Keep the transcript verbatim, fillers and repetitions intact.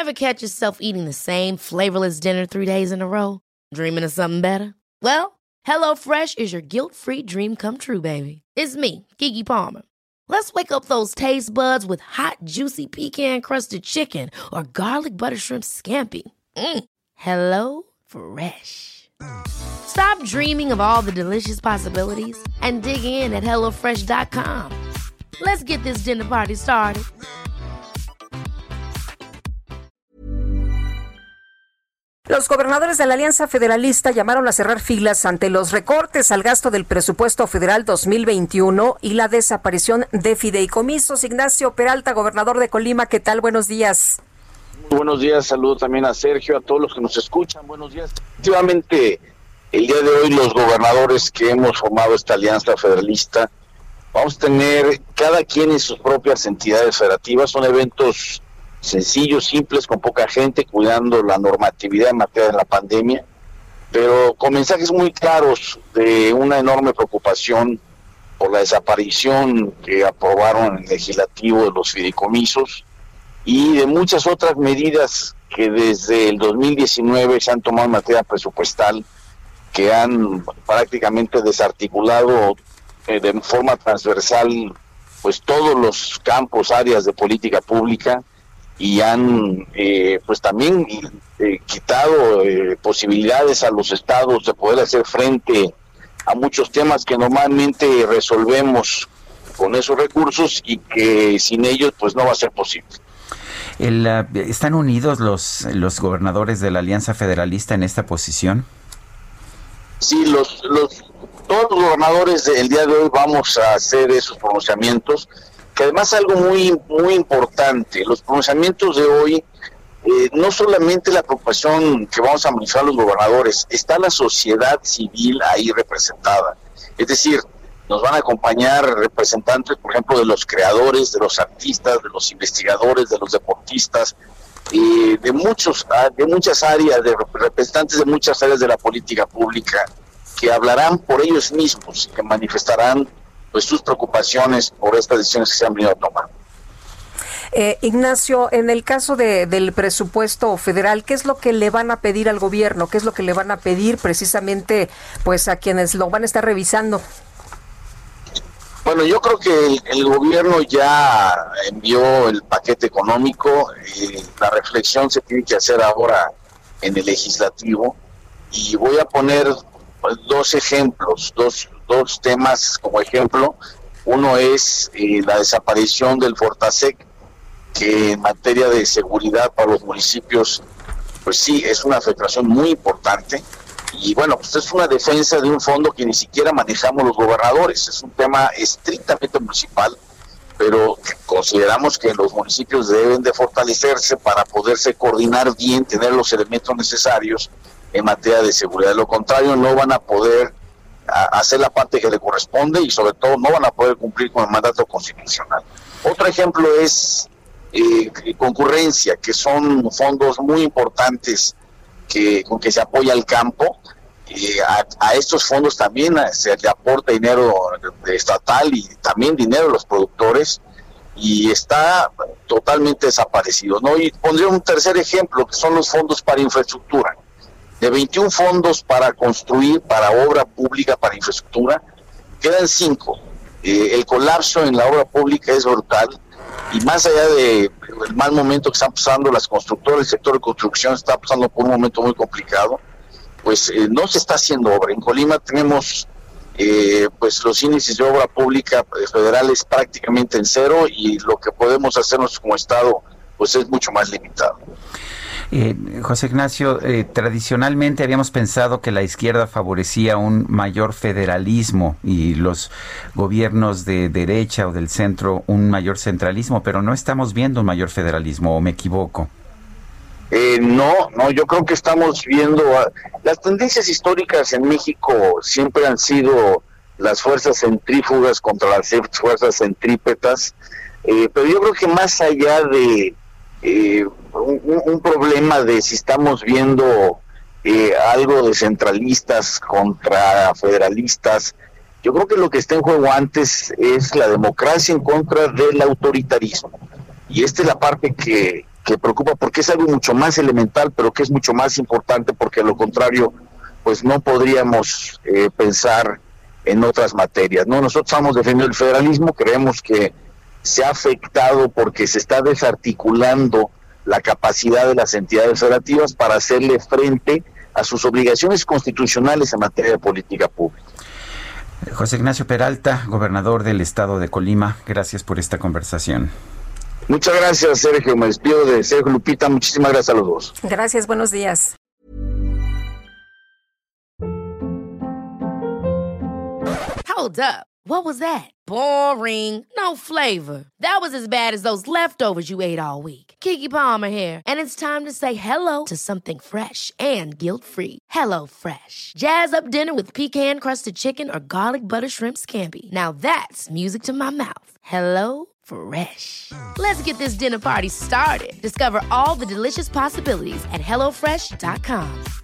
Ever catch yourself eating the same flavorless dinner three days in a row? Dreaming of something better? Well, HelloFresh is your guilt-free dream come true, baby. It's me, Keke Palmer. Let's wake up those taste buds with hot, juicy pecan-crusted chicken or garlic butter shrimp scampi. Mm. Hello Fresh. Stop dreaming of all the delicious possibilities and dig in at hello fresh dot com. Let's get this dinner party started. Los gobernadores de la Alianza Federalista llamaron a cerrar filas ante los recortes al gasto del presupuesto federal dos mil veintiuno y la desaparición de fideicomisos. Ignacio Peralta, gobernador de Colima, ¿qué tal? Buenos días. Muy buenos días, saludo también a Sergio, a todos los que nos escuchan. Buenos días. Efectivamente, el día de hoy los gobernadores que hemos formado esta Alianza Federalista vamos a tener cada quien en sus propias entidades federativas. Son eventos sencillos, simples, con poca gente, cuidando la normatividad en materia de la pandemia, pero con mensajes muy claros de una enorme preocupación por la desaparición que aprobaron en el legislativo de los fideicomisos y de muchas otras medidas que desde el dos mil diecinueve se han tomado en materia presupuestal, que han prácticamente desarticulado eh, de forma transversal pues todos los campos, áreas de política pública, y han eh, pues también eh, quitado eh, posibilidades a los estados de poder hacer frente a muchos temas que normalmente resolvemos con esos recursos y que sin ellos pues no va a ser posible. El, uh, ¿Están unidos los, los gobernadores de la Alianza Federalista en esta posición? Sí, los, los todos los gobernadores del día de hoy vamos a hacer esos pronunciamientos, que además es algo muy muy importante. Los pronunciamientos de hoy, eh, no solamente la preocupación que vamos a manifestar los gobernadores, está la sociedad civil ahí representada. Es decir, nos van a acompañar representantes, por ejemplo, de los creadores, de los artistas, de los investigadores, de los deportistas, eh, de muchos de muchas áreas, de representantes de muchas áreas de la política pública, que hablarán por ellos mismos, que manifestarán pues sus preocupaciones por estas decisiones que se han venido a tomar. Eh, Ignacio, en el caso de, del presupuesto federal, ¿qué es lo que le van a pedir al gobierno? ¿Qué es lo que le van a pedir precisamente pues a quienes lo van a estar revisando? Bueno, yo creo que el, el gobierno ya envió el paquete económico, y la reflexión se tiene que hacer ahora en el legislativo, y voy a poner pues, dos ejemplos, dos dos temas como ejemplo. Uno es eh, la desaparición del Fortasec, que en materia de seguridad para los municipios, pues sí, es una afectación muy importante, y bueno, pues es una defensa de un fondo que ni siquiera manejamos los gobernadores, es un tema estrictamente municipal, pero consideramos que los municipios deben de fortalecerse para poderse coordinar bien, tener los elementos necesarios en materia de seguridad. De lo contrario, no van a poder a hacer la parte que le corresponde y sobre todo no van a poder cumplir con el mandato constitucional. Otro ejemplo es eh, concurrencia, que son fondos muy importantes que con que se apoya el campo. Eh, a, a estos fondos también se le aporta dinero estatal y también dinero a los productores, y está totalmente desaparecido, ¿no? Y pondría un tercer ejemplo, que son los fondos para infraestructura. De veintiún fondos para construir, para obra pública, para infraestructura, quedan cinco. Eh, el colapso en la obra pública es brutal, y más allá del mal momento que están pasando las constructoras, el sector de construcción está pasando por un momento muy complicado, pues eh, no se está haciendo obra. En Colima tenemos eh, pues los índices de obra pública federales prácticamente en cero, y lo que podemos hacernos como Estado pues es mucho más limitado. Eh, José Ignacio, eh, tradicionalmente habíamos pensado que la izquierda favorecía un mayor federalismo y los gobiernos de derecha o del centro un mayor centralismo, pero no estamos viendo un mayor federalismo, ¿o me equivoco? Eh, no, no, yo creo que estamos viendo uh, las tendencias históricas en México siempre han sido las fuerzas centrífugas contra las fuerzas centrípetas, eh, pero yo creo que más allá de eh, un, un problema de si estamos viendo eh, algo de centralistas contra federalistas, yo creo que lo que está en juego antes es la democracia en contra del autoritarismo, y esta es la parte que que preocupa porque es algo mucho más elemental, pero que es mucho más importante, porque a lo contrario, pues no podríamos eh, pensar en otras materias, ¿no? Nosotros estamos defendiendo el federalismo, creemos que se ha afectado porque se está desarticulando la capacidad de las entidades federativas para hacerle frente a sus obligaciones constitucionales en materia de política pública. José Ignacio Peralta, gobernador del estado de Colima, gracias por esta conversación. Muchas gracias, Sergio. Me despido de Sergio, Lupita. Muchísimas gracias a los dos. Gracias, buenos días. Hold up. What was that? Boring. No flavor. That was as bad as those leftovers you ate all week. Keke Palmer here, and it's time to say hello to something fresh and guilt-free. Hello Fresh. Jazz up dinner with pecan-crusted chicken or garlic butter shrimp scampi. Now that's music to my mouth. Hello Fresh. Let's get this dinner party started. Discover all the delicious possibilities at hello fresh dot com.